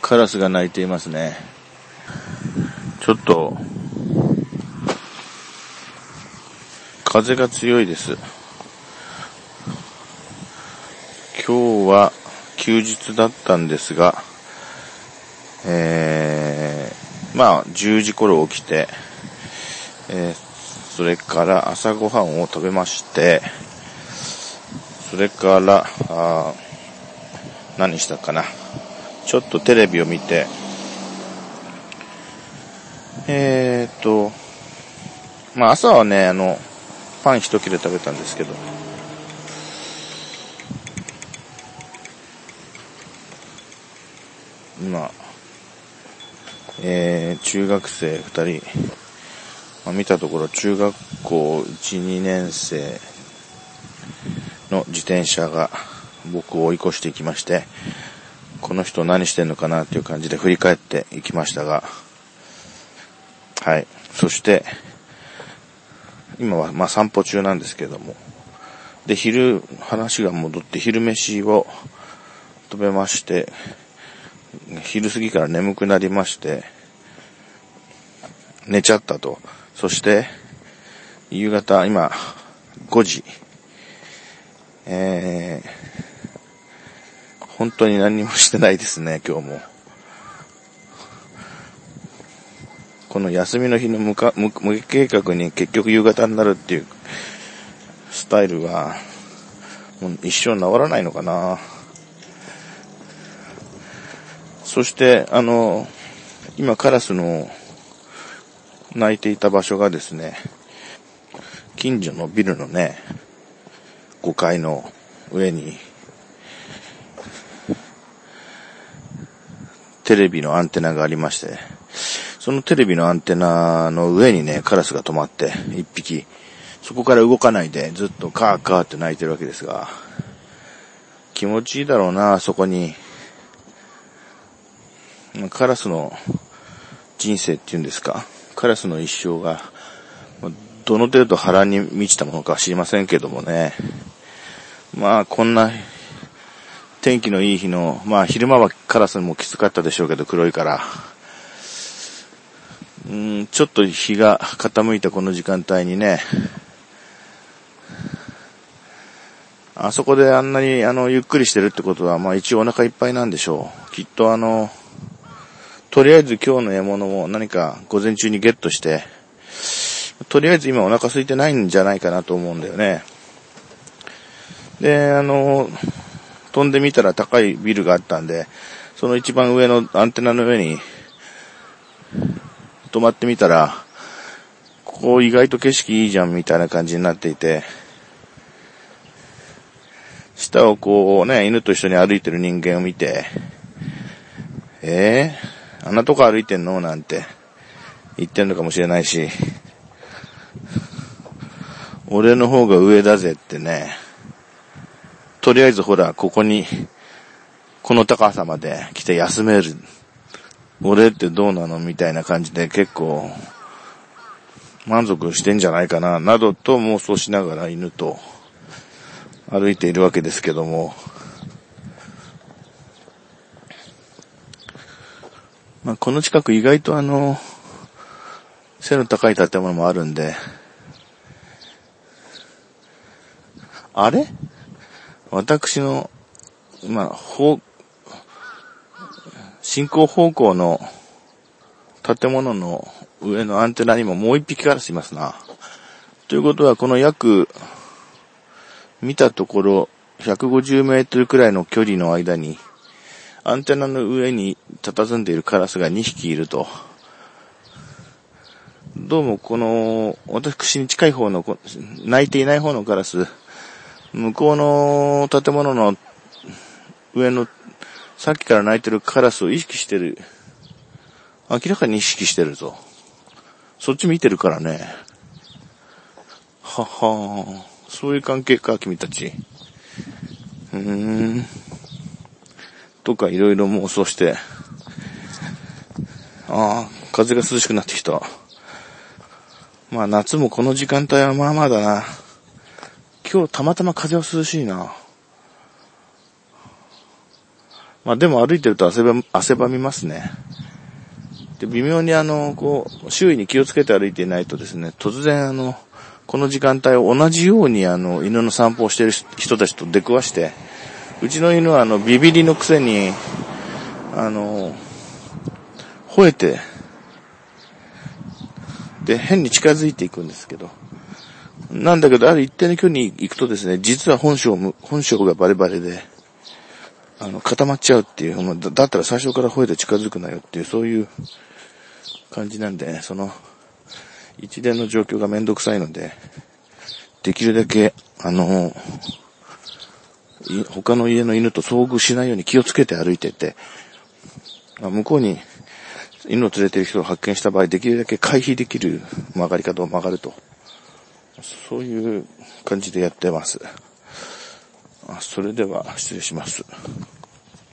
カラスが鳴いていますね。ちょっと風が強いです。今日は休日だったんですが、10時頃起きて、それから朝ごはんを食べまして、それから何したかな、ちょっとテレビを見て、朝はねパン一切れ食べたんですけど、今中学生2人、見たところ中学校 1,2 年生の自転車が僕を追い越していきまして、この人何してんのかなという感じで振り返っていきましたが、はい。そして今は散歩中なんですけれども、で話が戻って昼飯を食べまして、昼過ぎから眠くなりまして寝ちゃったと。そして夕方今5時、本当に何もしてないですね。今日もこの休みの日の無計画に結局夕方になるっていうスタイルはもう一生治らないのかな。そして今カラスの鳴いていた場所がですね、近所のビルのね5階の上にテレビのアンテナがありまして、そのテレビのアンテナの上にねカラスが止まって1匹、そこから動かないでずっとカーカーって鳴いてるわけですが、気持ちいいだろうな。そこにカラスの人生っていうんですか、カラスの一生がどの程度波乱に満ちたものかは知りませんけどもね、こんな天気のいい日の、昼間はカラスもきつかったでしょうけど、黒いからちょっと日が傾いたこの時間帯にね、あそこであんなにゆっくりしてるってことは一応お腹いっぱいなんでしょう。きっととりあえず今日の獲物を何か午前中にゲットして、とりあえず今お腹空いてないんじゃないかなと思うんだよね。で飛んでみたら高いビルがあったんで、その一番上のアンテナの上に止まってみたら、ここ意外と景色いいじゃんみたいな感じになっていて、下を犬と一緒に歩いてる人間を見て、あんなとこ歩いてんのなんて言ってんのかもしれないし、俺の方が上だぜってね、とりあえずほらこの高さまで来て休める俺ってどうなのみたいな感じで結構満足してんじゃないかななどと妄想しながら犬と歩いているわけですけども、この近く意外と背の高い建物もあるんで、あれ？私の進行方向の建物の上のアンテナにももう一匹カラスいますな。ということはこの見たところ150メートルくらいの距離の間にアンテナの上に佇んでいるカラスが2匹いると。どうもこの私に近い方の鳴いていない方のカラス、向こうの建物の上のさっきから鳴いてるカラスを意識してる。明らかに意識してるぞ。そっち見てるからね。ははー、そういう関係か君たち。とかいろいろ妄想して、風が涼しくなってきた。夏もこの時間帯はまあまあだな。今日たまたま風は涼しいな。 まあでも歩いてると汗ばみますね。で、微妙に周囲に気をつけて歩いていないとですね、突然この時間帯を同じように犬の散歩をしている人たちと出くわして、うちの犬はビビりのくせに、吠えて、で、変に近づいていくんですけど、なんだけど、ある一定の距離に行くとですね、実は本性がバレバレで、固まっちゃうっていう、だったら最初から吠えて近づくなよっていう、そういう感じなんで、ね、その、一連の状況がめんどくさいので、できるだけ、他の家の犬と遭遇しないように気をつけて歩いてて、向こうに犬を連れている人を発見した場合、できるだけ回避できる曲がり方を曲がると。そういう感じでやってます。それでは失礼します。